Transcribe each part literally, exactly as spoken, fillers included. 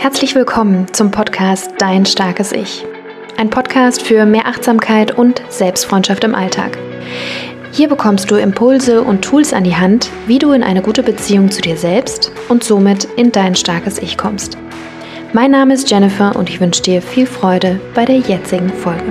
Herzlich willkommen zum Podcast Dein starkes Ich. Ein Podcast für mehr Achtsamkeit und Selbstfreundschaft im Alltag. Hier bekommst du Impulse und Tools an die Hand, wie du in eine gute Beziehung zu dir selbst und somit in dein starkes Ich kommst. Mein Name ist Jennifer und ich wünsche dir viel Freude bei der jetzigen Folge.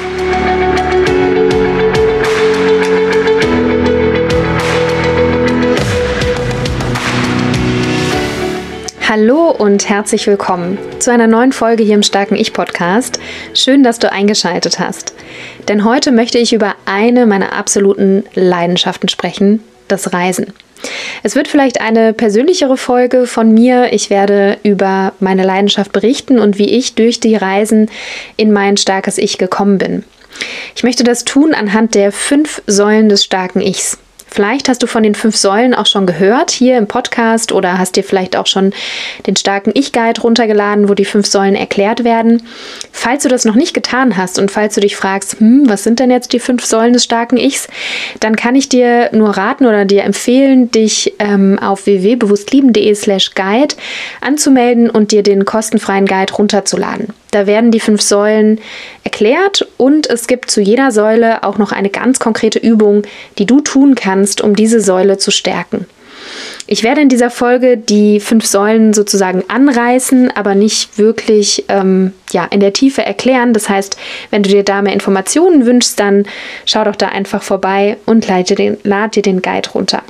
Hallo und herzlich willkommen zu einer neuen Folge hier im Starken Ich-Podcast. Schön, dass du eingeschaltet hast. Denn heute möchte ich über eine meiner absoluten Leidenschaften sprechen, das Reisen. Es wird vielleicht eine persönlichere Folge von mir. Ich werde über meine Leidenschaft berichten und wie ich durch die Reisen in mein starkes Ich gekommen bin. Ich möchte das tun anhand der fünf Säulen des starken Ichs. Vielleicht hast du von den fünf Säulen auch schon gehört hier im Podcast oder hast dir vielleicht auch schon den starken Ich-Guide runtergeladen, wo die fünf Säulen erklärt werden. Falls du das noch nicht getan hast und falls du dich fragst, hm, was sind denn jetzt die fünf Säulen des starken Ichs, dann kann ich dir nur raten oder dir empfehlen, dich ähm, auf w w w punkt bewusstlieben punkt de slash guide anzumelden und dir den kostenfreien Guide runterzuladen. Da werden die fünf Säulen erklärt und es gibt zu jeder Säule auch noch eine ganz konkrete Übung, die du tun kannst, um diese Säule zu stärken. Ich werde in dieser Folge die fünf Säulen sozusagen anreißen, aber nicht wirklich ähm, ja, in der Tiefe erklären. Das heißt, wenn du dir da mehr Informationen wünschst, dann schau doch da einfach vorbei und lad dir den, lad dir den Guide runter.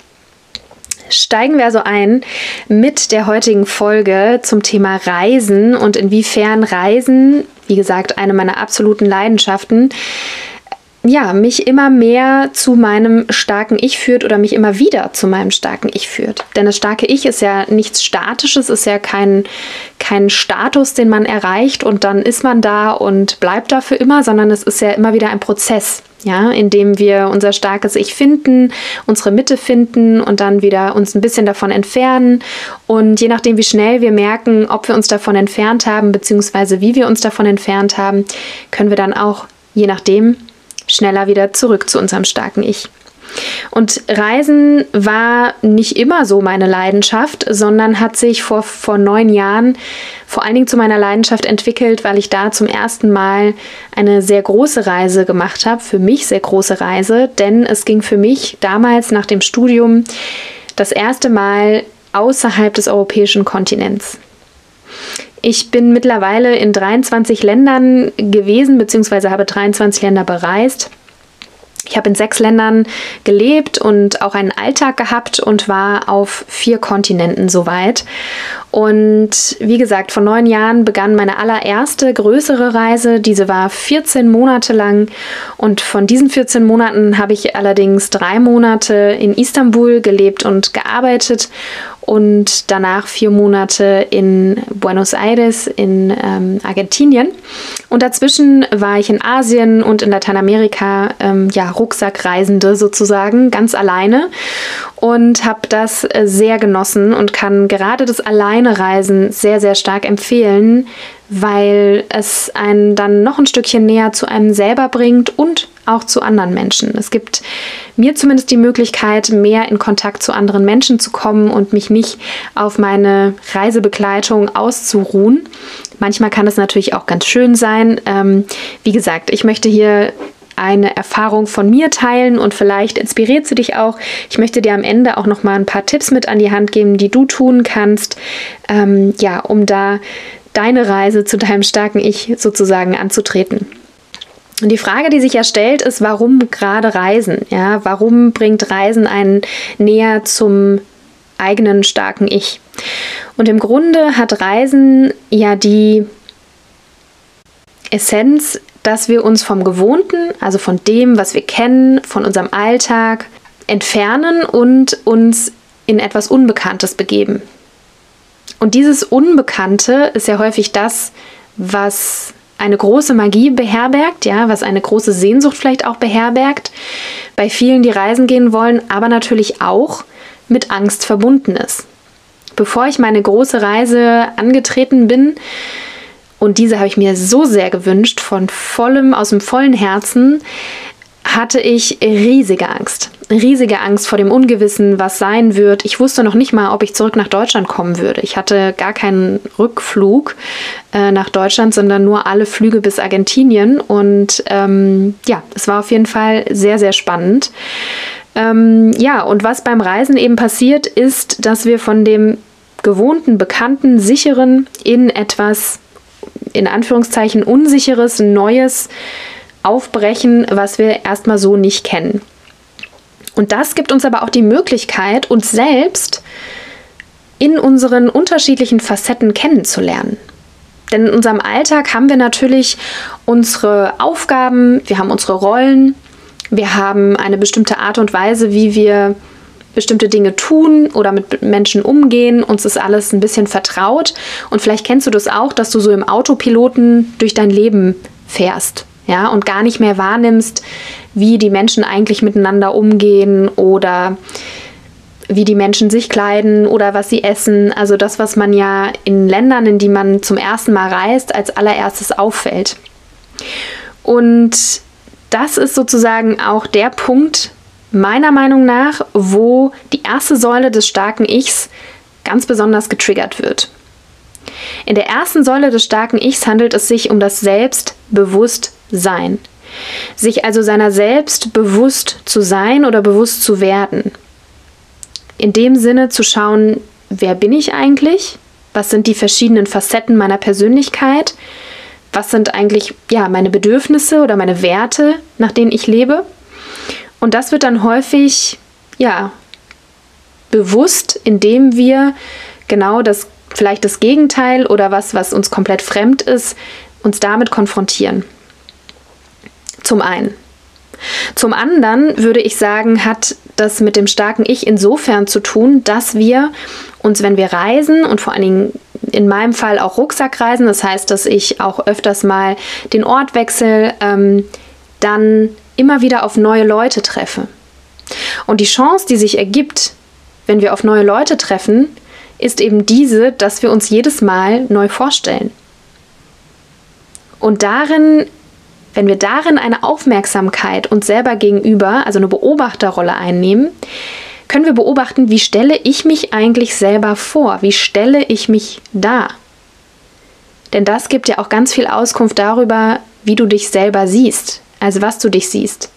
Steigen wir also ein mit der heutigen Folge zum Thema Reisen und inwiefern Reisen, wie gesagt, eine meiner absoluten Leidenschaften, ja, mich immer mehr zu meinem starken Ich führt oder mich immer wieder zu meinem starken Ich führt. Denn das starke Ich ist ja nichts Statisches, ist ja kein, kein Status, den man erreicht und dann ist man da und bleibt da für immer, sondern es ist ja immer wieder ein Prozess, ja, in dem wir unser starkes Ich finden, unsere Mitte finden und dann wieder uns ein bisschen davon entfernen. Und je nachdem, wie schnell wir merken, ob wir uns davon entfernt haben, beziehungsweise wie wir uns davon entfernt haben, können wir dann auch, je nachdem, schneller wieder zurück zu unserem starken Ich. Und Reisen war nicht immer so meine Leidenschaft, sondern hat sich vor, vor neun Jahren vor allen Dingen zu meiner Leidenschaft entwickelt, weil ich da zum ersten Mal eine sehr große Reise gemacht habe, für mich sehr große Reise, denn es ging für mich damals nach dem Studium das erste Mal außerhalb des europäischen Kontinents. Ich bin mittlerweile in dreiundzwanzig Ländern gewesen, beziehungsweise habe dreiundzwanzig Länder bereist. Ich habe in sechs Ländern gelebt und auch einen Alltag gehabt und war auf vier Kontinenten soweit. Und wie gesagt, vor neun Jahren begann meine allererste größere Reise. Diese war vierzehn Monate lang und von diesen vierzehn Monaten habe ich allerdings drei Monate in Istanbul gelebt und gearbeitet und danach vier Monate in Buenos Aires in ähm, Argentinien. Und dazwischen war ich in Asien und in Lateinamerika, ähm, ja, Rucksackreisende sozusagen, ganz alleine und habe das äh, sehr genossen und kann gerade das Alleinereisen sehr, sehr stark empfehlen, weil es einen dann noch ein Stückchen näher zu einem selber bringt und auch zu anderen Menschen. Es gibt mir zumindest die Möglichkeit, mehr in Kontakt zu anderen Menschen zu kommen und mich nicht auf meine Reisebegleitung auszuruhen. Manchmal kann es natürlich auch ganz schön sein. Ähm, wie gesagt, ich möchte hier eine Erfahrung von mir teilen und vielleicht inspiriert sie dich auch. Ich möchte dir am Ende auch noch mal ein paar Tipps mit an die Hand geben, die du tun kannst, ähm, ja, um da deine Reise zu deinem starken Ich sozusagen anzutreten. Und die Frage, die sich ja stellt, ist, warum gerade Reisen? Ja, warum bringt Reisen einen näher zum eigenen starken Ich? Und im Grunde hat Reisen ja die Essenz, dass wir uns vom Gewohnten, also von dem, was wir kennen, von unserem Alltag entfernen und uns in etwas Unbekanntes begeben. Und dieses Unbekannte ist ja häufig das, was eine große Magie beherbergt, ja, was eine große Sehnsucht vielleicht auch beherbergt, bei vielen, die reisen gehen wollen, aber natürlich auch mit Angst verbunden ist. Bevor ich meine große Reise angetreten bin, und diese habe ich mir so sehr gewünscht, von vollem, aus dem vollen Herzen, hatte ich riesige Angst. riesige Angst vor dem Ungewissen, was sein wird. Ich wusste noch nicht mal, ob ich zurück nach Deutschland kommen würde. Ich hatte gar keinen Rückflug äh, nach Deutschland, sondern nur alle Flüge bis Argentinien. Und ähm, ja, es war auf jeden Fall sehr, sehr spannend. Ähm, ja, und was beim Reisen eben passiert, ist, dass wir von dem gewohnten, bekannten, sicheren in etwas, in Anführungszeichen, unsicheres, Neues aufbrechen, was wir erstmal so nicht kennen. Und das gibt uns aber auch die Möglichkeit, uns selbst in unseren unterschiedlichen Facetten kennenzulernen. Denn in unserem Alltag haben wir natürlich unsere Aufgaben, wir haben unsere Rollen, wir haben eine bestimmte Art und Weise, wie wir bestimmte Dinge tun oder mit Menschen umgehen. Uns ist alles ein bisschen vertraut. Und vielleicht kennst du das auch, dass du so im Autopiloten durch dein Leben fährst, ja, und gar nicht mehr wahrnimmst, wie die Menschen eigentlich miteinander umgehen oder wie die Menschen sich kleiden oder was sie essen. Also das, was man ja in Ländern, in die man zum ersten Mal reist, als allererstes auffällt. Und das ist sozusagen auch der Punkt, meiner Meinung nach, wo die erste Säule des starken Ichs ganz besonders getriggert wird. In der ersten Säule des starken Ichs handelt es sich um das Selbstbewusstsein. Sich also seiner selbst bewusst zu sein oder bewusst zu werden. In dem Sinne zu schauen, wer bin ich eigentlich? Was sind die verschiedenen Facetten meiner Persönlichkeit? Was sind eigentlich ja, meine Bedürfnisse oder meine Werte, nach denen ich lebe? Und das wird dann häufig ja, bewusst, indem wir genau das, vielleicht das Gegenteil oder was, was uns komplett fremd ist, uns damit konfrontieren. Zum einen. Zum anderen würde ich sagen, hat das mit dem starken Ich insofern zu tun, dass wir uns, wenn wir reisen und vor allen Dingen in meinem Fall auch Rucksackreisen, das heißt, dass ich auch öfters mal den Ort wechsle, ähm, dann immer wieder auf neue Leute treffe. Und die Chance, die sich ergibt, wenn wir auf neue Leute treffen, ist eben diese, dass wir uns jedes Mal neu vorstellen. Und darin, wenn wir darin eine Aufmerksamkeit uns selber gegenüber, also eine Beobachterrolle einnehmen, können wir beobachten, wie stelle ich mich eigentlich selber vor? Wie stelle ich mich dar? Denn das gibt ja auch ganz viel Auskunft darüber, wie du dich selber siehst, also was du dich siehst.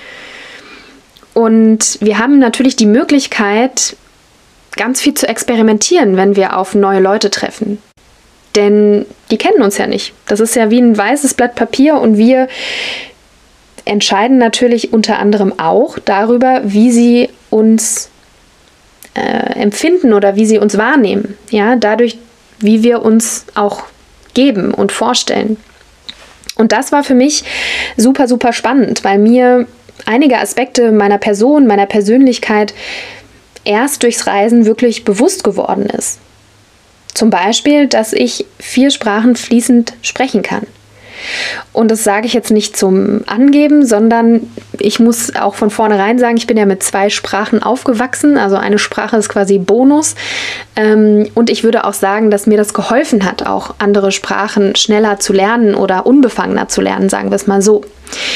Und wir haben natürlich die Möglichkeit, ganz viel zu experimentieren, wenn wir auf neue Leute treffen. Denn die kennen uns ja nicht. Das ist ja wie ein weißes Blatt Papier und wir entscheiden natürlich unter anderem auch darüber, wie sie uns äh, empfinden oder wie sie uns wahrnehmen. Ja, dadurch, wie wir uns auch geben und vorstellen. Und das war für mich super, super spannend, weil mir einige Aspekte meiner Person, meiner Persönlichkeit erst durchs Reisen wirklich bewusst geworden ist. Zum Beispiel, dass ich vier Sprachen fließend sprechen kann. Und das sage ich jetzt nicht zum Angeben, sondern ich muss auch von vornherein sagen, ich bin ja mit zwei Sprachen aufgewachsen. Also eine Sprache ist quasi Bonus. Und ich würde auch sagen, dass mir das geholfen hat, auch andere Sprachen schneller zu lernen oder unbefangener zu lernen, sagen wir es mal so.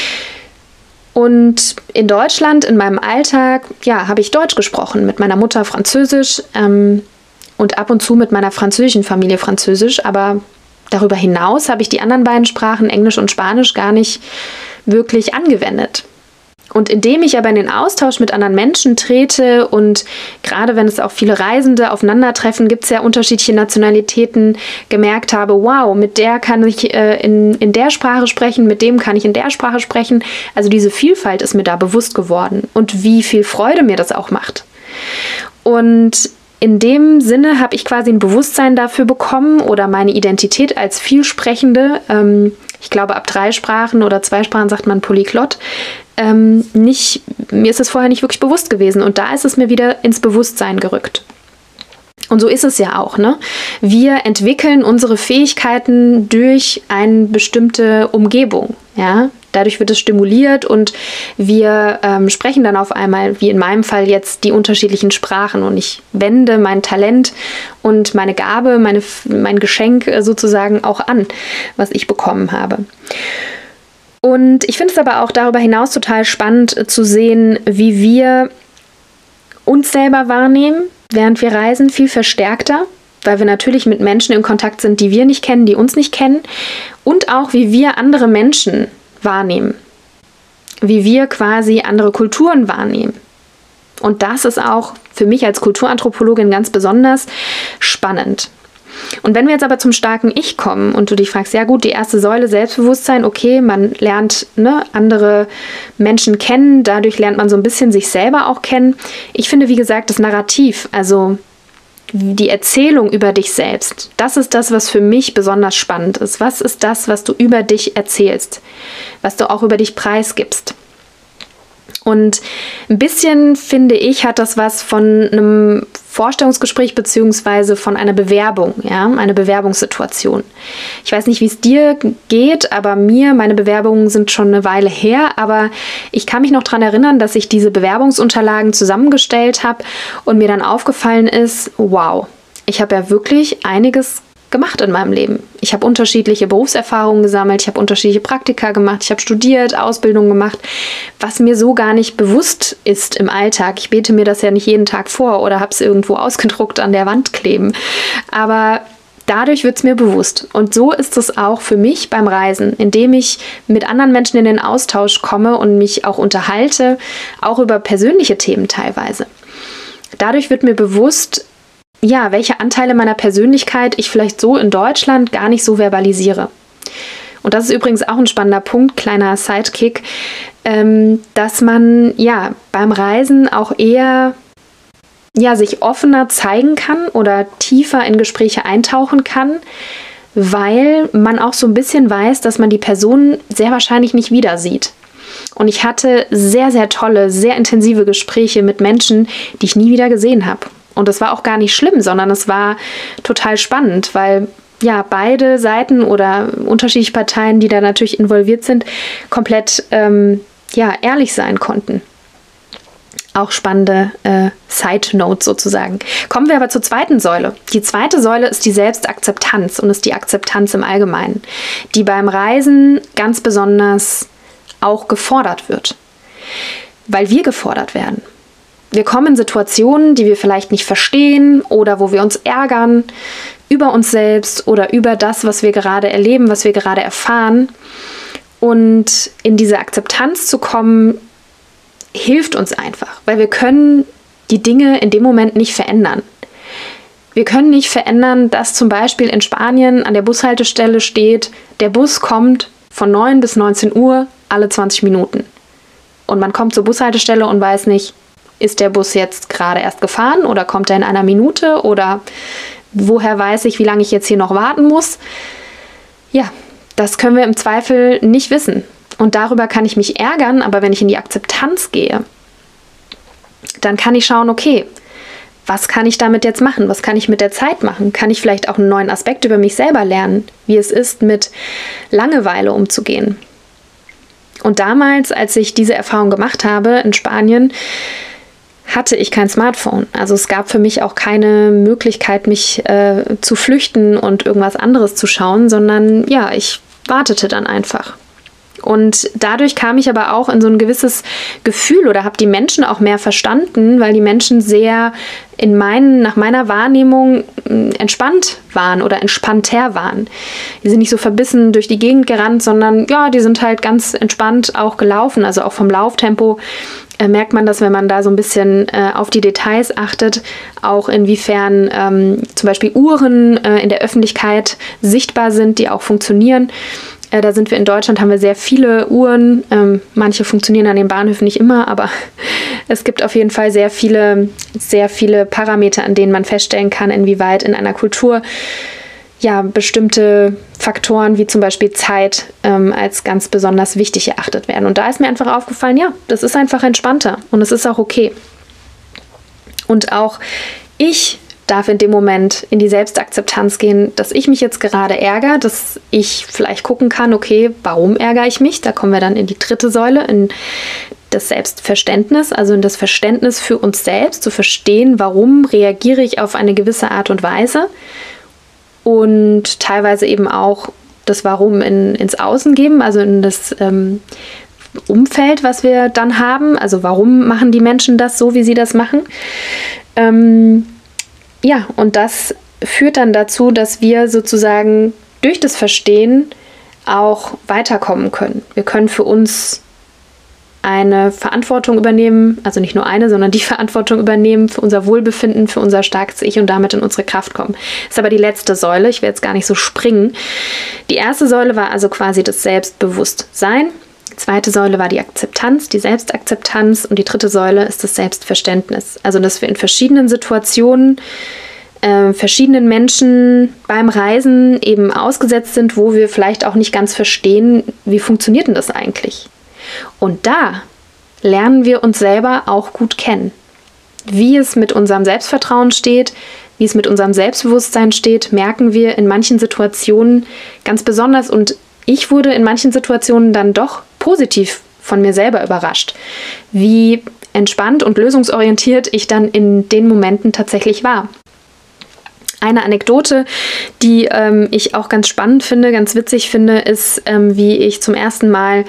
Und in Deutschland, in meinem Alltag, ja, habe ich Deutsch gesprochen, mit meiner Mutter Französisch ähm, und ab und zu mit meiner französischen Familie Französisch. Aber darüber hinaus habe ich die anderen beiden Sprachen, Englisch und Spanisch, gar nicht wirklich angewendet. Und indem ich aber in den Austausch mit anderen Menschen trete und gerade wenn es auch viele Reisende aufeinandertreffen, gibt es ja unterschiedliche Nationalitäten, gemerkt habe, wow, mit der kann ich äh, in, in der Sprache sprechen, mit dem kann ich in der Sprache sprechen. Also diese Vielfalt ist mir da bewusst geworden und wie viel Freude mir das auch macht. Und in dem Sinne habe ich quasi ein Bewusstsein dafür bekommen oder meine Identität als Vielsprechende, ähm, ich glaube ab drei Sprachen oder zwei Sprachen sagt man Polyglott, ähm, nicht, mir ist es vorher nicht wirklich bewusst gewesen und da ist es mir wieder ins Bewusstsein gerückt. Und so ist es ja auch, ne? Wir entwickeln unsere Fähigkeiten durch eine bestimmte Umgebung, ja? Dadurch wird es stimuliert und wir ähm, sprechen dann auf einmal, wie in meinem Fall jetzt, die unterschiedlichen Sprachen und ich wende mein Talent und meine Gabe, meine, mein Geschenk sozusagen auch an, was ich bekommen habe. Und ich finde es aber auch darüber hinaus total spannend zu sehen, wie wir uns selber wahrnehmen, während wir reisen, viel verstärkter, weil wir natürlich mit Menschen in Kontakt sind, die wir nicht kennen, die uns nicht kennen, und auch, wie wir andere Menschen wahrnehmen, wie wir quasi andere Kulturen wahrnehmen. Und das ist auch für mich als Kulturanthropologin ganz besonders spannend. Und wenn wir jetzt aber zum starken Ich kommen und du dich fragst, ja gut, die erste Säule Selbstbewusstsein, okay, man lernt ne, andere Menschen kennen, dadurch lernt man so ein bisschen sich selber auch kennen. Ich finde, wie gesagt, das Narrativ, also die Erzählung über dich selbst, das ist das, was für mich besonders spannend ist. Was ist das, was du über dich erzählst, was du auch über dich preisgibst? Und ein bisschen, finde ich, hat das was von einem Vorstellungsgespräch beziehungsweise von einer Bewerbung, ja, eine Bewerbungssituation. Ich weiß nicht, wie es dir geht, aber mir, meine Bewerbungen sind schon eine Weile her, aber ich kann mich noch daran erinnern, dass ich diese Bewerbungsunterlagen zusammengestellt habe und mir dann aufgefallen ist, wow, ich habe ja wirklich einiges gemacht in meinem Leben. Ich habe unterschiedliche Berufserfahrungen gesammelt, ich habe unterschiedliche Praktika gemacht, ich habe studiert, Ausbildung gemacht, was mir so gar nicht bewusst ist im Alltag. Ich bete mir das ja nicht jeden Tag vor oder habe es irgendwo ausgedruckt an der Wand kleben. Aber dadurch wird es mir bewusst. Und so ist es auch für mich beim Reisen, indem ich mit anderen Menschen in den Austausch komme und mich auch unterhalte, auch über persönliche Themen teilweise. Dadurch wird mir bewusst, ja, welche Anteile meiner Persönlichkeit ich vielleicht so in Deutschland gar nicht so verbalisiere. Und das ist übrigens auch ein spannender Punkt, kleiner Sidekick, ähm, dass man ja beim Reisen auch eher ja, sich offener zeigen kann oder tiefer in Gespräche eintauchen kann, weil man auch so ein bisschen weiß, dass man die Person sehr wahrscheinlich nicht wieder sieht. Und ich hatte sehr, sehr tolle, sehr intensive Gespräche mit Menschen, die ich nie wieder gesehen habe. Und das war auch gar nicht schlimm, sondern es war total spannend, weil ja beide Seiten oder unterschiedliche Parteien, die da natürlich involviert sind, komplett ähm, ja, ehrlich sein konnten. Auch spannende äh, Side-Notes sozusagen. Kommen wir aber zur zweiten Säule. Die zweite Säule ist die Selbstakzeptanz und ist die Akzeptanz im Allgemeinen, die beim Reisen ganz besonders auch gefordert wird, weil wir gefordert werden. Wir kommen in Situationen, die wir vielleicht nicht verstehen oder wo wir uns ärgern über uns selbst oder über das, was wir gerade erleben, was wir gerade erfahren. Und in diese Akzeptanz zu kommen, hilft uns einfach, weil wir können die Dinge in dem Moment nicht verändern. Wir können nicht verändern, dass zum Beispiel in Spanien an der Bushaltestelle steht, der Bus kommt von neun bis neunzehn Uhr alle zwanzig Minuten. Und man kommt zur Bushaltestelle und weiß nicht, ist der Bus jetzt gerade erst gefahren oder kommt er in einer Minute oder woher weiß ich, wie lange ich jetzt hier noch warten muss? Ja, das können wir im Zweifel nicht wissen. Und darüber kann ich mich ärgern, aber wenn ich in die Akzeptanz gehe, dann kann ich schauen, okay, was kann ich damit jetzt machen? Was kann ich mit der Zeit machen? Kann ich vielleicht auch einen neuen Aspekt über mich selber lernen, wie es ist, mit Langeweile umzugehen? Und damals, als ich diese Erfahrung gemacht habe in Spanien, hatte ich kein Smartphone. Also es gab für mich auch keine Möglichkeit, mich äh, zu flüchten und irgendwas anderes zu schauen, sondern ja, ich wartete dann einfach. Und dadurch kam ich aber auch in so ein gewisses Gefühl oder habe die Menschen auch mehr verstanden, weil die Menschen sehr in meinen, nach meiner Wahrnehmung entspannt waren oder entspannter waren. Die sind nicht so verbissen durch die Gegend gerannt, sondern ja, die sind halt ganz entspannt auch gelaufen. Also auch vom Lauftempo äh, merkt man das, wenn man da so ein bisschen äh, auf die Details achtet, auch inwiefern ähm, zum Beispiel Uhren äh, in der Öffentlichkeit sichtbar sind, die auch funktionieren. Äh, da sind wir in Deutschland, haben wir sehr viele Uhren. Ähm, manche funktionieren an den Bahnhöfen nicht immer, aber es gibt auf jeden Fall sehr viele, sehr viele Parameter, an denen man feststellen kann, inwieweit in einer Kultur ja bestimmte Faktoren wie zum Beispiel Zeit ähm, als ganz besonders wichtig erachtet werden. Und da ist mir einfach aufgefallen, ja, das ist einfach entspannter und es ist auch okay. Und auch ich darf in dem Moment in die Selbstakzeptanz gehen, dass ich mich jetzt gerade ärgere, dass ich vielleicht gucken kann, okay, warum ärgere ich mich? Da kommen wir dann in die dritte Säule, in das Selbstverständnis, also in das Verständnis für uns selbst, zu verstehen, warum reagiere ich auf eine gewisse Art und Weise und teilweise eben auch das Warum in, ins Außen geben, also in das ähm, Umfeld, was wir dann haben. Also warum machen die Menschen das so, wie sie das machen? Ähm, ja, und das führt dann dazu, dass wir sozusagen durch das Verstehen auch weiterkommen können. Wir können für uns eine Verantwortung übernehmen, also nicht nur eine, sondern die Verantwortung übernehmen für unser Wohlbefinden, für unser starkes Ich und damit in unsere Kraft kommen. Das ist aber die letzte Säule, ich will jetzt gar nicht so springen. Die erste Säule war also quasi das Selbstbewusstsein. Die zweite Säule war die Akzeptanz, die Selbstakzeptanz und die dritte Säule ist das Selbstverständnis. Also, dass wir in verschiedenen Situationen äh, verschiedenen Menschen beim Reisen eben ausgesetzt sind, wo wir vielleicht auch nicht ganz verstehen, wie funktioniert denn das eigentlich? Und da lernen wir uns selber auch gut kennen. Wie es mit unserem Selbstvertrauen steht, wie es mit unserem Selbstbewusstsein steht, merken wir in manchen Situationen ganz besonders. Und ich wurde in manchen Situationen dann doch positiv von mir selber überrascht, wie entspannt und lösungsorientiert ich dann in den Momenten tatsächlich war. Eine Anekdote, die ähm, ich auch ganz spannend finde, ganz witzig finde, ist, ähm, wie ich zum ersten Mal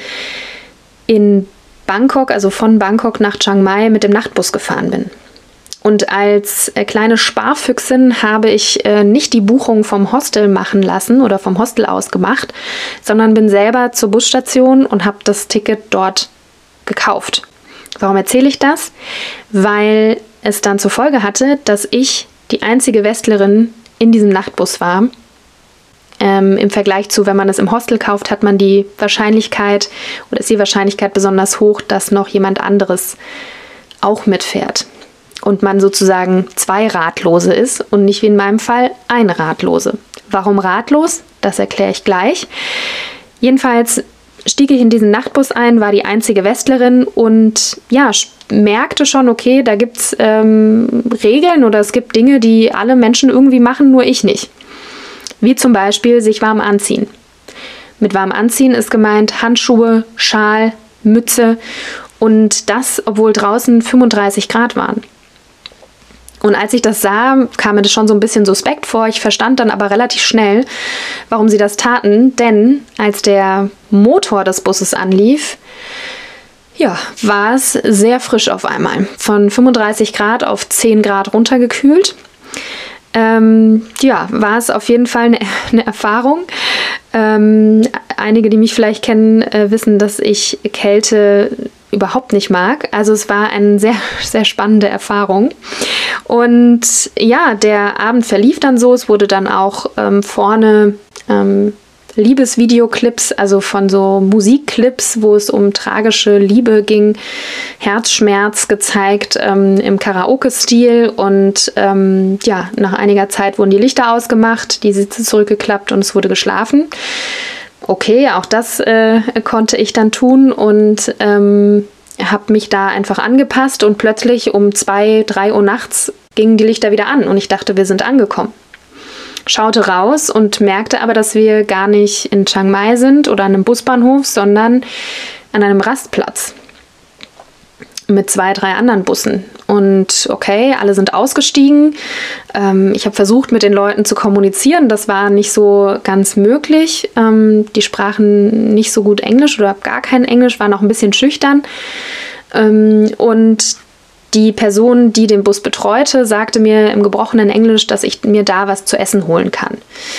in Bangkok, also von Bangkok nach Chiang Mai mit dem Nachtbus gefahren bin. Und als äh, kleine Sparfüchsin habe ich äh, nicht die Buchung vom Hostel machen lassen oder vom Hostel aus gemacht, sondern bin selber zur Busstation und habe das Ticket dort gekauft. Warum erzähle ich das? Weil es dann zur Folge hatte, dass ich die einzige Westlerin in diesem Nachtbus war. Ähm, im Vergleich zu, wenn man es im Hostel kauft, hat man die Wahrscheinlichkeit oder ist die Wahrscheinlichkeit besonders hoch, dass noch jemand anderes auch mitfährt. Und man sozusagen zwei Ratlose ist und nicht wie in meinem Fall ein Ratlose. Warum ratlos? Das erkläre ich gleich. Jedenfalls stieg ich in diesen Nachtbus ein, war die einzige Westlerin und ja, merkte schon, okay, da gibt es ähm, Regeln oder es gibt Dinge, die alle Menschen irgendwie machen, nur ich nicht. Wie zum Beispiel sich warm anziehen. Mit warm anziehen ist gemeint Handschuhe, Schal, Mütze und das, obwohl draußen fünfunddreißig Grad waren. Und als ich das sah, kam mir das schon so ein bisschen suspekt vor. Ich verstand dann aber relativ schnell, warum sie das taten. Denn als der Motor des Busses anlief, ja, war es sehr frisch auf einmal. Von fünfunddreißig Grad auf zehn Grad runtergekühlt. Ähm, ja, war es auf jeden Fall eine, eine Erfahrung. Ähm, einige, die mich vielleicht kennen, äh, wissen, dass ich Kälte überhaupt nicht mag. Also es war eine sehr, sehr spannende Erfahrung. Und ja, der Abend verlief dann so. Es wurde dann auch ähm, vorne ähm, Liebesvideoclips, also von so Musikclips, wo es um tragische Liebe ging, Herzschmerz gezeigt ähm, im Karaoke-Stil. Und ähm, ja, nach einiger Zeit wurden die Lichter ausgemacht, die Sitze zurückgeklappt und es wurde geschlafen. Okay, auch das äh, konnte ich dann tun und ähm, habe mich da einfach angepasst und plötzlich um zwei, drei Uhr nachts gingen die Lichter wieder an und ich dachte, wir sind angekommen. Schaute raus und merkte aber, dass wir gar nicht in Chiang Mai sind oder an einem Busbahnhof, sondern an einem Rastplatz mit zwei, drei anderen Bussen. Und okay, alle sind ausgestiegen. Ähm, ich habe versucht, mit den Leuten zu kommunizieren. Das war nicht so ganz möglich. Ähm, die sprachen nicht so gut Englisch oder gar kein Englisch, waren auch ein bisschen schüchtern. Ähm, und die Person, die den Bus betreute, sagte mir im gebrochenen Englisch, dass ich mir da was zu essen holen kann.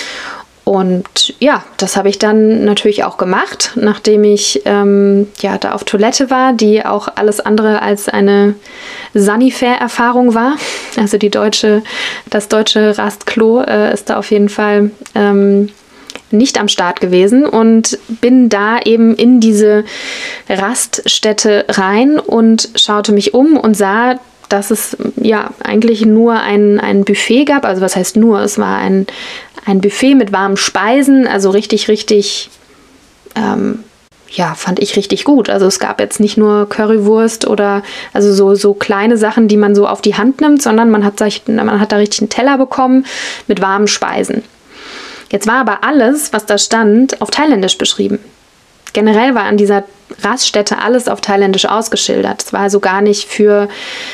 Und ja, das habe ich dann natürlich auch gemacht, nachdem ich ähm, ja, da auf Toilette war, die auch alles andere als eine Sanifair-Erfahrung war. Also die deutsche, das deutsche Rastklo äh, ist da auf jeden Fall ähm, nicht am Start gewesen und bin da eben in diese Raststätte rein und schaute mich um und sah, dass es ja eigentlich nur ein, ein Buffet gab. Also was heißt nur? Es war ein, ein Buffet mit warmen Speisen, also richtig, richtig, ähm, ja, fand ich richtig gut. Also es gab jetzt nicht nur Currywurst oder also so, so kleine Sachen, die man so auf die Hand nimmt, sondern man hat, man hat da richtig einen Teller bekommen mit warmen Speisen. Jetzt war aber alles, was da stand, auf Thailändisch beschrieben. Generell war an dieser Raststätte alles auf Thailändisch ausgeschildert. Es war also gar nicht für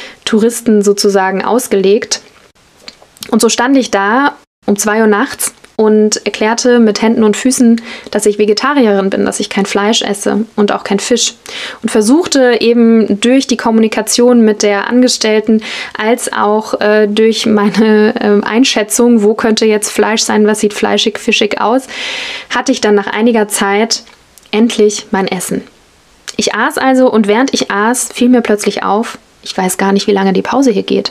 Touristen sozusagen ausgelegt. Und so stand ich da um zwei Uhr nachts und erklärte mit Händen und Füßen, dass ich Vegetarierin bin, dass ich kein Fleisch esse und auch kein Fisch. Und versuchte eben durch die Kommunikation mit der Angestellten als auch äh, durch meine äh, Einschätzung, wo könnte jetzt Fleisch sein, was sieht fleischig, fischig aus, hatte ich dann nach einiger Zeit endlich mein Essen. Ich aß also und während ich aß, fiel mir plötzlich auf, ich weiß gar nicht, wie lange die Pause hier geht.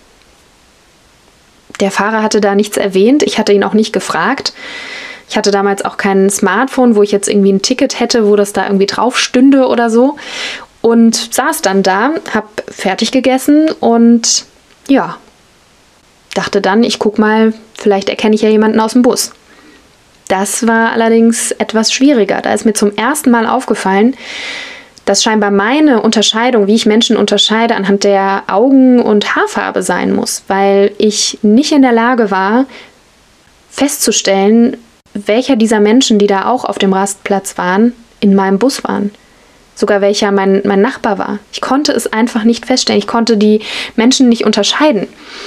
Der Fahrer hatte da nichts erwähnt, ich hatte ihn auch nicht gefragt. Ich hatte damals auch kein Smartphone, wo ich jetzt irgendwie ein Ticket hätte, wo das da irgendwie drauf stünde oder so. Und saß dann da, hab fertig gegessen und ja, dachte dann, ich guck mal, vielleicht erkenne ich ja jemanden aus dem Bus. Das war allerdings etwas schwieriger. Da ist mir zum ersten Mal aufgefallen, dass scheinbar meine Unterscheidung, wie ich Menschen unterscheide, anhand der Augen- und Haarfarbe sein muss, weil ich nicht in der Lage war, festzustellen, welcher dieser Menschen, die da auch auf dem Rastplatz waren, in meinem Bus waren. Sogar welcher mein, mein Nachbar war. Ich konnte es einfach nicht feststellen. Ich konnte die Menschen nicht unterscheiden.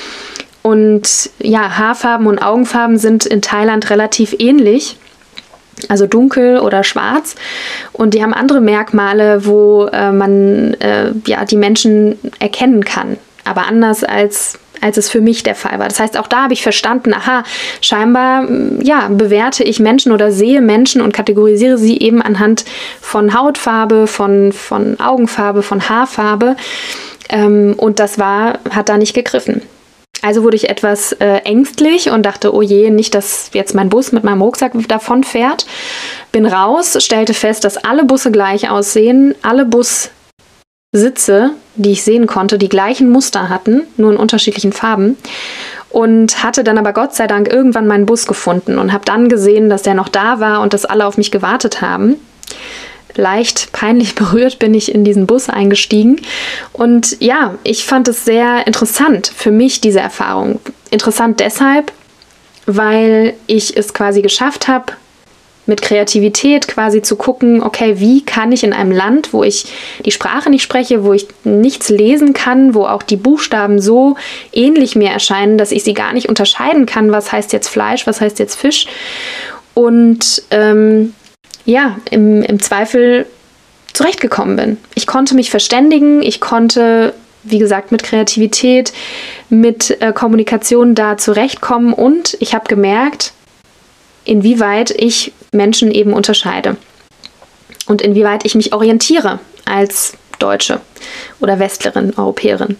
Und ja, Haarfarben und Augenfarben sind in Thailand relativ ähnlich. Also dunkel oder schwarz, und die haben andere Merkmale, wo äh, man äh, ja, die Menschen erkennen kann, aber anders als, als es für mich der Fall war. Das heißt, auch da habe ich verstanden, aha, scheinbar ja, bewerte ich Menschen oder sehe Menschen und kategorisiere sie eben anhand von Hautfarbe, von, von Augenfarbe, von Haarfarbe, ähm, und das war, hat da nicht gegriffen. Also wurde ich etwas äh, ängstlich und dachte, oh je, nicht, dass jetzt mein Bus mit meinem Rucksack davon fährt. Bin raus, stellte fest, dass alle Busse gleich aussehen, alle Bussitze, die ich sehen konnte, die gleichen Muster hatten, nur in unterschiedlichen Farben. Und hatte dann aber Gott sei Dank irgendwann meinen Bus gefunden und habe dann gesehen, dass der noch da war und dass alle auf mich gewartet haben. Leicht peinlich berührt bin ich in diesen Bus eingestiegen. Und ja, ich fand es sehr interessant für mich, diese Erfahrung. Interessant deshalb, weil ich es quasi geschafft habe, mit Kreativität quasi zu gucken, okay, wie kann ich in einem Land, wo ich die Sprache nicht spreche, wo ich nichts lesen kann, wo auch die Buchstaben so ähnlich mir erscheinen, dass ich sie gar nicht unterscheiden kann, was heißt jetzt Fleisch, was heißt jetzt Fisch. Und ähm, ja, im, im Zweifel zurechtgekommen bin. Ich konnte mich verständigen, ich konnte, wie gesagt, mit Kreativität, mit äh, Kommunikation da zurechtkommen und ich habe gemerkt, inwieweit ich Menschen eben unterscheide und inwieweit ich mich orientiere als Deutsche oder Westlerin, Europäerin.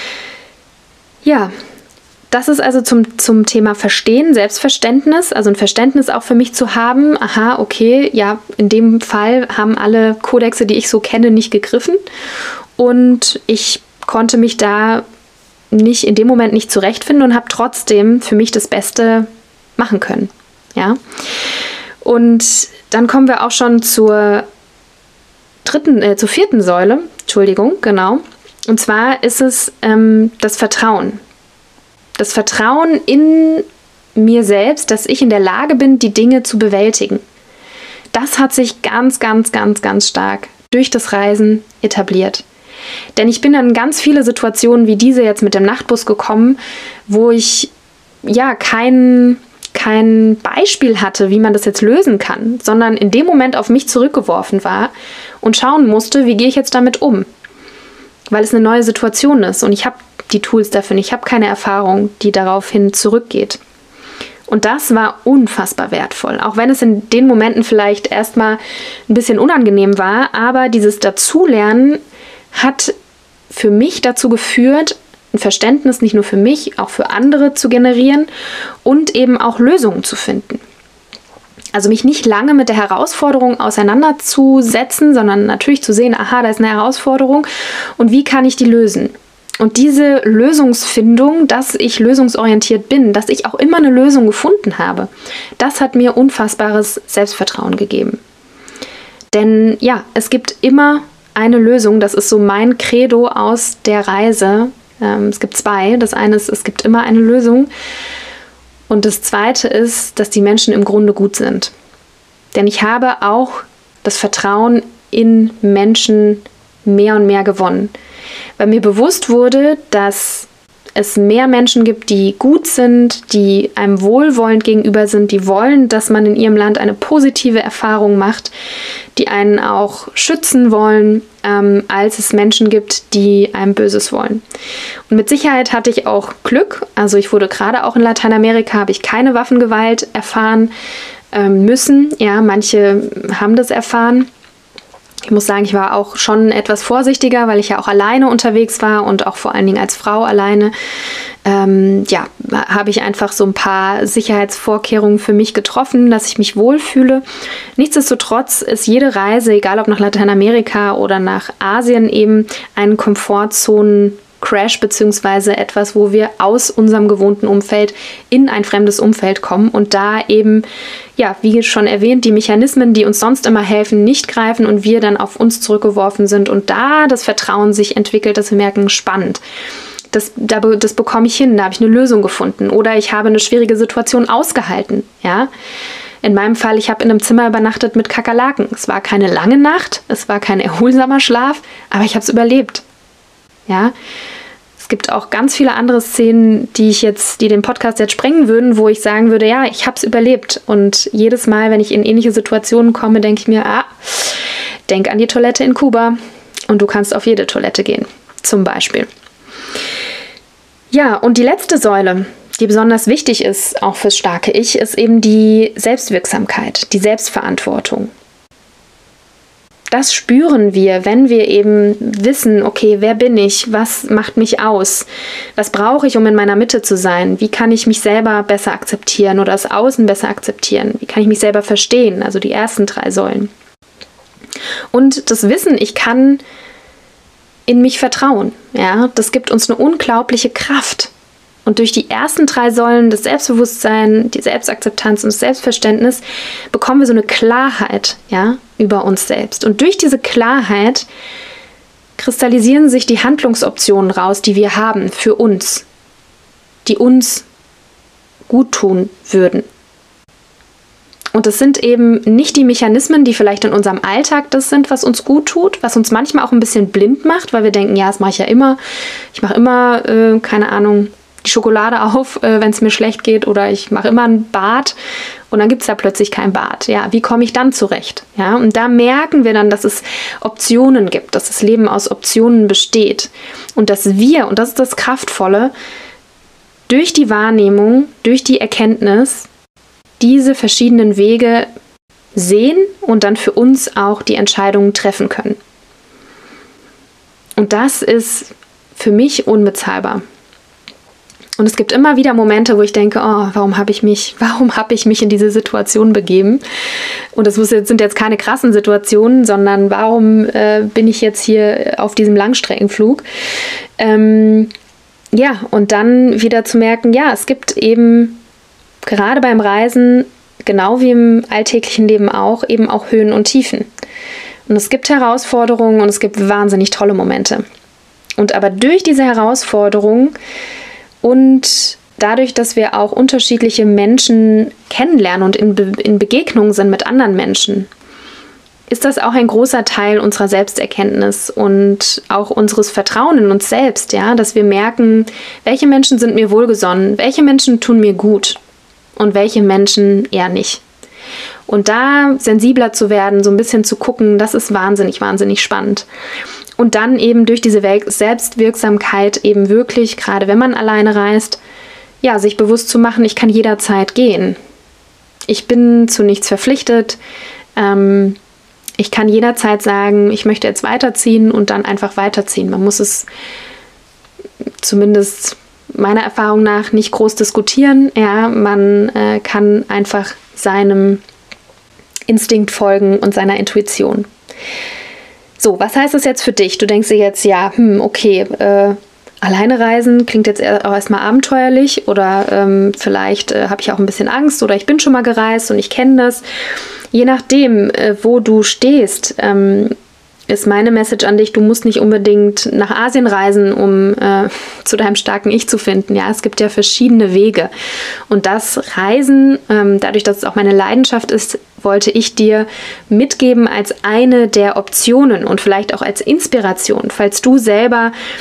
Ja, das ist also zum, zum Thema Verstehen, Selbstverständnis, also ein Verständnis auch für mich zu haben. Aha, okay, ja, in dem Fall haben alle Kodexe, die ich so kenne, nicht gegriffen. Und ich konnte mich da nicht in dem Moment nicht zurechtfinden und habe trotzdem für mich das Beste machen können. Ja. Und dann kommen wir auch schon zur dritten, äh, zur vierten Säule. Entschuldigung, genau. Und zwar ist es ähm, das Vertrauen. Das Vertrauen in mir selbst, dass ich in der Lage bin, die Dinge zu bewältigen. Das hat sich ganz, ganz, ganz, ganz stark durch das Reisen etabliert. Denn ich bin in ganz viele Situationen wie diese jetzt mit dem Nachtbus gekommen, wo ich ja kein, kein Beispiel hatte, wie man das jetzt lösen kann, sondern in dem Moment auf mich zurückgeworfen war und schauen musste, wie gehe ich jetzt damit um. Weil es eine neue Situation ist und ich habe die Tools dafür nicht. Ich habe keine Erfahrung, die daraufhin zurückgeht. Und das war unfassbar wertvoll. Auch wenn es in den Momenten vielleicht erstmal ein bisschen unangenehm war, aber dieses Dazulernen hat für mich dazu geführt, ein Verständnis nicht nur für mich, auch für andere zu generieren und eben auch Lösungen zu finden. Also mich nicht lange mit der Herausforderung auseinanderzusetzen, sondern natürlich zu sehen, aha, da ist eine Herausforderung und wie kann ich die lösen? Und diese Lösungsfindung, dass ich lösungsorientiert bin, dass ich auch immer eine Lösung gefunden habe, das hat mir unfassbares Selbstvertrauen gegeben. Denn ja, es gibt immer eine Lösung, das ist so mein Credo aus der Reise. Ähm, es gibt zwei. Das eine ist, es gibt immer eine Lösung. Und das zweite ist, dass die Menschen im Grunde gut sind. Denn ich habe auch das Vertrauen in Menschen mehr und mehr gewonnen. Weil mir bewusst wurde, dass es mehr Menschen gibt, die gut sind, die einem wohlwollend gegenüber sind, die wollen, dass man in ihrem Land eine positive Erfahrung macht, die einen auch schützen wollen, ähm, als es Menschen gibt, die einem Böses wollen. Und mit Sicherheit hatte ich auch Glück. Also ich wurde gerade auch in Lateinamerika, habe ich keine Waffengewalt erfahren ähm, müssen. Ja, manche haben das erfahren. Ich muss sagen, ich war auch schon etwas vorsichtiger, weil ich ja auch alleine unterwegs war und auch vor allen Dingen als Frau alleine. Ähm, ja, habe ich einfach so ein paar Sicherheitsvorkehrungen für mich getroffen, dass ich mich wohlfühle. Nichtsdestotrotz ist jede Reise, egal ob nach Lateinamerika oder nach Asien, eben ein Komfortzonen Crash beziehungsweise etwas, wo wir aus unserem gewohnten Umfeld in ein fremdes Umfeld kommen und da eben, ja, wie schon erwähnt, die Mechanismen, die uns sonst immer helfen, nicht greifen und wir dann auf uns zurückgeworfen sind und da das Vertrauen sich entwickelt, dass wir merken, spannend. Das, das bekomme ich hin, da habe ich eine Lösung gefunden oder ich habe eine schwierige Situation ausgehalten, ja. In meinem Fall, ich habe in einem Zimmer übernachtet mit Kakerlaken. Es war keine lange Nacht, es war kein erholsamer Schlaf, aber ich habe es überlebt. Ja, es gibt auch ganz viele andere Szenen, die ich jetzt, die den Podcast jetzt sprengen würden, wo ich sagen würde, ja, ich habe es überlebt. Und jedes Mal, wenn ich in ähnliche Situationen komme, denke ich mir, ah, denk an die Toilette in Kuba und du kannst auf jede Toilette gehen, zum Beispiel. Ja, und die letzte Säule, die besonders wichtig ist, auch fürs starke Ich, ist eben die Selbstwirksamkeit, die Selbstverantwortung. Das spüren wir, wenn wir eben wissen, okay, wer bin ich, was macht mich aus, was brauche ich, um in meiner Mitte zu sein, wie kann ich mich selber besser akzeptieren oder das Außen besser akzeptieren, wie kann ich mich selber verstehen, also die ersten drei Säulen. Und das Wissen, ich kann in mich vertrauen, ja, das gibt uns eine unglaubliche Kraft. Und durch die ersten drei Säulen, das Selbstbewusstsein, die Selbstakzeptanz und das Selbstverständnis, bekommen wir so eine Klarheit, ja, über uns selbst. Und durch diese Klarheit kristallisieren sich die Handlungsoptionen raus, die wir haben für uns, die uns gut tun würden. Und das sind eben nicht die Mechanismen, die vielleicht in unserem Alltag das sind, was uns gut tut, was uns manchmal auch ein bisschen blind macht, weil wir denken, ja, das mache ich ja immer. Ich mache immer, äh, keine Ahnung, die Schokolade auf, äh, wenn es mir schlecht geht, oder ich mache immer ein Bad und dann gibt es da plötzlich kein Bad. Ja, wie komme ich dann zurecht? Ja, und da merken wir dann, dass es Optionen gibt, dass das Leben aus Optionen besteht und dass wir, und das ist das Kraftvolle, durch die Wahrnehmung, durch die Erkenntnis diese verschiedenen Wege sehen und dann für uns auch die Entscheidungen treffen können. Und das ist für mich unbezahlbar. Und es gibt immer wieder Momente, wo ich denke, oh, warum habe ich mich, warum habe ich mich in diese Situation begeben? Und das sind jetzt keine krassen Situationen, sondern warum äh, bin ich jetzt hier auf diesem Langstreckenflug? Ähm, ja, und dann wieder zu merken, ja, es gibt eben gerade beim Reisen, genau wie im alltäglichen Leben auch, eben auch Höhen und Tiefen. Und es gibt Herausforderungen und es gibt wahnsinnig tolle Momente. Und aber durch diese Herausforderungen und dadurch, dass wir auch unterschiedliche Menschen kennenlernen und in, Be- in Begegnungen sind mit anderen Menschen, ist das auch ein großer Teil unserer Selbsterkenntnis und auch unseres Vertrauen in uns selbst, ja, dass wir merken, welche Menschen sind mir wohlgesonnen, welche Menschen tun mir gut und welche Menschen eher nicht. Und da sensibler zu werden, so ein bisschen zu gucken, das ist wahnsinnig, wahnsinnig spannend. Und dann eben durch diese Selbstwirksamkeit eben wirklich, gerade wenn man alleine reist, ja, sich bewusst zu machen, ich kann jederzeit gehen. Ich bin zu nichts verpflichtet. Ähm, ich kann jederzeit sagen, ich möchte jetzt weiterziehen und dann einfach weiterziehen. Man muss es zumindest meiner Erfahrung nach nicht groß diskutieren. Ja, man äh, kann einfach seinem Instinkt folgen und seiner Intuition. So, was heißt das jetzt für dich? Du denkst dir jetzt, ja, hm, okay, äh, alleine reisen klingt jetzt auch erstmal abenteuerlich oder ähm, vielleicht äh, habe ich auch ein bisschen Angst oder ich bin schon mal gereist und ich kenne das. Je nachdem, äh, wo du stehst, ähm, ist meine Message an dich, du musst nicht unbedingt nach Asien reisen, um äh, zu deinem starken Ich zu finden. Ja, es gibt ja verschiedene Wege. Und das Reisen, ähm, dadurch, dass es auch meine Leidenschaft ist, wollte ich dir mitgeben als eine der Optionen und vielleicht auch als Inspiration, falls du selber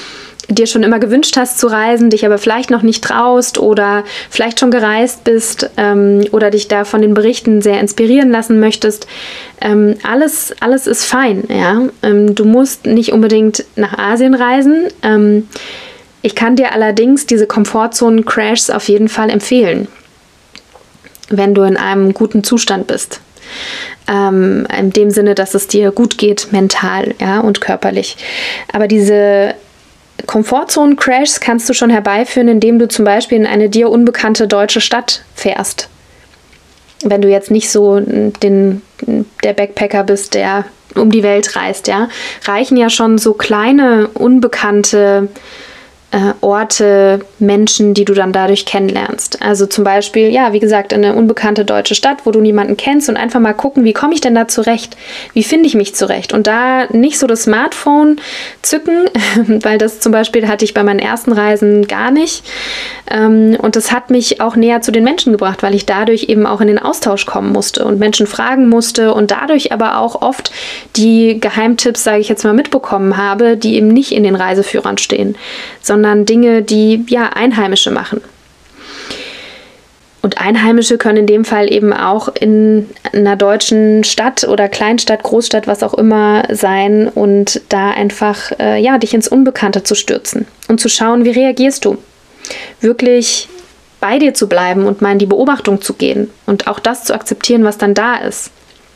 dir schon immer gewünscht hast zu reisen, dich aber vielleicht noch nicht traust oder vielleicht schon gereist bist ähm, oder dich da von den Berichten sehr inspirieren lassen möchtest, ähm, alles, alles ist fein. Ja? Ähm, du musst nicht unbedingt nach Asien reisen. Ähm, ich kann dir allerdings diese Komfortzonen-Crashs auf jeden Fall empfehlen, wenn du in einem guten Zustand bist. Ähm, in dem Sinne, dass es dir gut geht, mental, ja, und körperlich. Aber diese Komfortzonen-Crashs kannst du schon herbeiführen, indem du zum Beispiel in eine dir unbekannte deutsche Stadt fährst. Wenn du jetzt nicht so den, der Backpacker bist, der um die Welt reist, ja, reichen ja schon so kleine, unbekannte Äh, Orte, Menschen, die du dann dadurch kennenlernst. Also zum Beispiel, ja, wie gesagt, in eine unbekannte deutsche Stadt, wo du niemanden kennst und einfach mal gucken, wie komme ich denn da zurecht? Wie finde ich mich zurecht? Und da nicht so das Smartphone zücken, weil das zum Beispiel hatte ich bei meinen ersten Reisen gar nicht. Ähm, und das hat mich auch näher zu den Menschen gebracht, weil ich dadurch eben auch in den Austausch kommen musste und Menschen fragen musste und dadurch aber auch oft die Geheimtipps, sage ich jetzt mal, mitbekommen habe, die eben nicht in den Reiseführern stehen, sondern sondern Dinge, die ja Einheimische machen. Und Einheimische können in dem Fall eben auch in einer deutschen Stadt oder Kleinstadt, Großstadt, was auch immer sein und da einfach äh, ja, dich ins Unbekannte zu stürzen und zu schauen, wie reagierst du. Wirklich bei dir zu bleiben und mal in die Beobachtung zu gehen und auch das zu akzeptieren, was dann da ist.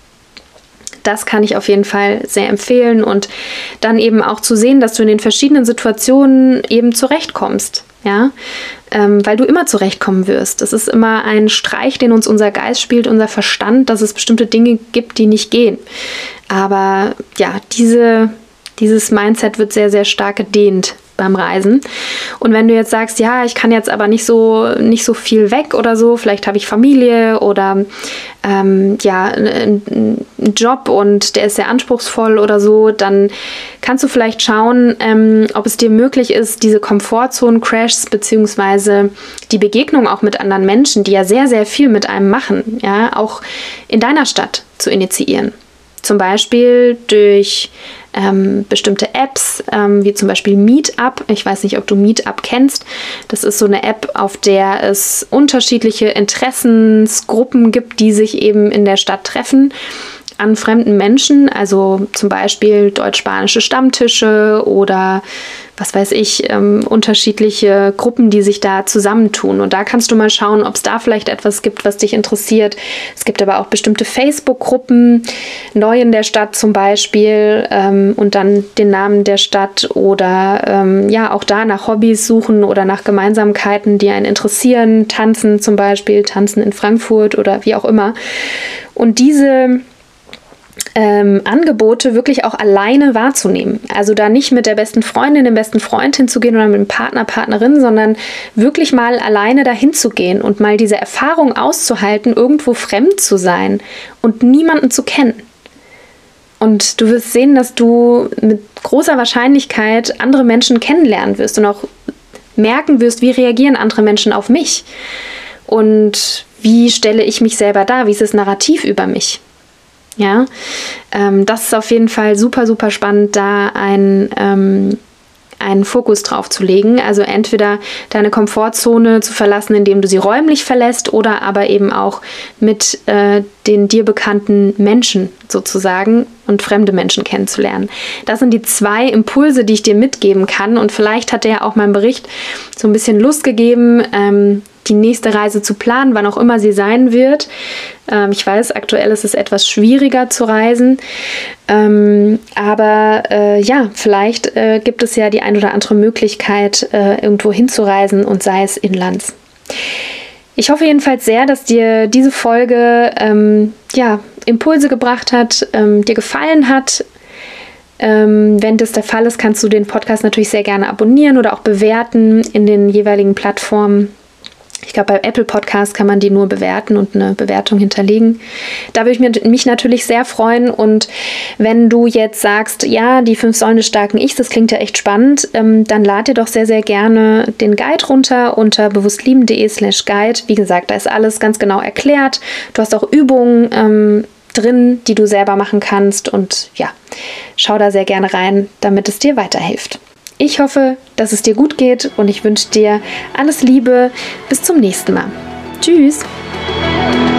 Das kann ich auf jeden Fall sehr empfehlen und dann eben auch zu sehen, dass du in den verschiedenen Situationen eben zurechtkommst, ja, ähm, weil du immer zurechtkommen wirst. Das ist immer ein Streich, den uns unser Geist spielt, unser Verstand, dass es bestimmte Dinge gibt, die nicht gehen. Aber ja, diese, dieses Mindset wird sehr, sehr stark gedehnt beim Reisen. Und wenn du jetzt sagst, ja, ich kann jetzt aber nicht so, nicht so viel weg oder so, vielleicht habe ich Familie oder ähm, ja, einen Job und der ist sehr anspruchsvoll oder so, dann kannst du vielleicht schauen, ähm, ob es dir möglich ist, diese Komfortzonen-Crashs beziehungsweise die Begegnung auch mit anderen Menschen, die ja sehr, sehr viel mit einem machen, ja, auch in deiner Stadt zu initiieren. Zum Beispiel durch ähm, bestimmte Apps, ähm, wie zum Beispiel Meetup. Ich weiß nicht, ob du Meetup kennst. Das ist so eine App, auf der es unterschiedliche Interessensgruppen gibt, die sich eben in der Stadt treffen an fremden Menschen. Also zum Beispiel deutsch-spanische Stammtische oder was weiß ich, ähm, unterschiedliche Gruppen, die sich da zusammentun. Und da kannst du mal schauen, ob es da vielleicht etwas gibt, was dich interessiert. Es gibt aber auch bestimmte Facebook-Gruppen, neu in der Stadt zum Beispiel, ähm, und dann den Namen der Stadt oder ähm, ja, auch da nach Hobbys suchen oder nach Gemeinsamkeiten, die einen interessieren. Tanzen zum Beispiel, Tanzen in Frankfurt oder wie auch immer. Und diese Ähm, Angebote wirklich auch alleine wahrzunehmen. Also da nicht mit der besten Freundin, dem besten Freund hinzugehen oder mit dem Partner, Partnerin, sondern wirklich mal alleine dahin zu gehen und mal diese Erfahrung auszuhalten, irgendwo fremd zu sein und niemanden zu kennen. Und du wirst sehen, dass du mit großer Wahrscheinlichkeit andere Menschen kennenlernen wirst und auch merken wirst, wie reagieren andere Menschen auf mich und wie stelle ich mich selber dar, wie ist das Narrativ über mich. Ja, ähm, das ist auf jeden Fall super, super spannend, da ein, ähm, einen Fokus drauf zu legen. Also entweder deine Komfortzone zu verlassen, indem du sie räumlich verlässt oder aber eben auch mit äh, den dir bekannten Menschen sozusagen und fremde Menschen kennenzulernen. Das sind die zwei Impulse, die ich dir mitgeben kann und vielleicht hat dir ja auch mein Bericht so ein bisschen Lust gegeben, ähm, die nächste Reise zu planen, wann auch immer sie sein wird. Ähm, ich weiß, aktuell ist es etwas schwieriger zu reisen, ähm, aber äh, ja, vielleicht äh, gibt es ja die ein oder andere Möglichkeit, äh, irgendwo hinzureisen und sei es inlands. Ich hoffe jedenfalls sehr, dass dir diese Folge ähm, ja, Impulse gebracht hat, ähm, dir gefallen hat. Ähm, wenn das der Fall ist, kannst du den Podcast natürlich sehr gerne abonnieren oder auch bewerten in den jeweiligen Plattformen. Ich glaube, bei Apple Podcast kann man die nur bewerten und eine Bewertung hinterlegen. Da würde ich mich natürlich sehr freuen. Und wenn du jetzt sagst, ja, die fünf Säulen des starken Ichs, das klingt ja echt spannend, ähm, dann lad dir doch sehr, sehr gerne den Guide runter unter bewusstlieben.de slash Guide. Wie gesagt, da ist alles ganz genau erklärt. Du hast auch Übungen ähm, drin, die du selber machen kannst. Und ja, schau da sehr gerne rein, damit es dir weiterhilft. Ich hoffe, dass es dir gut geht und ich wünsche dir alles Liebe. Bis zum nächsten Mal. Tschüss!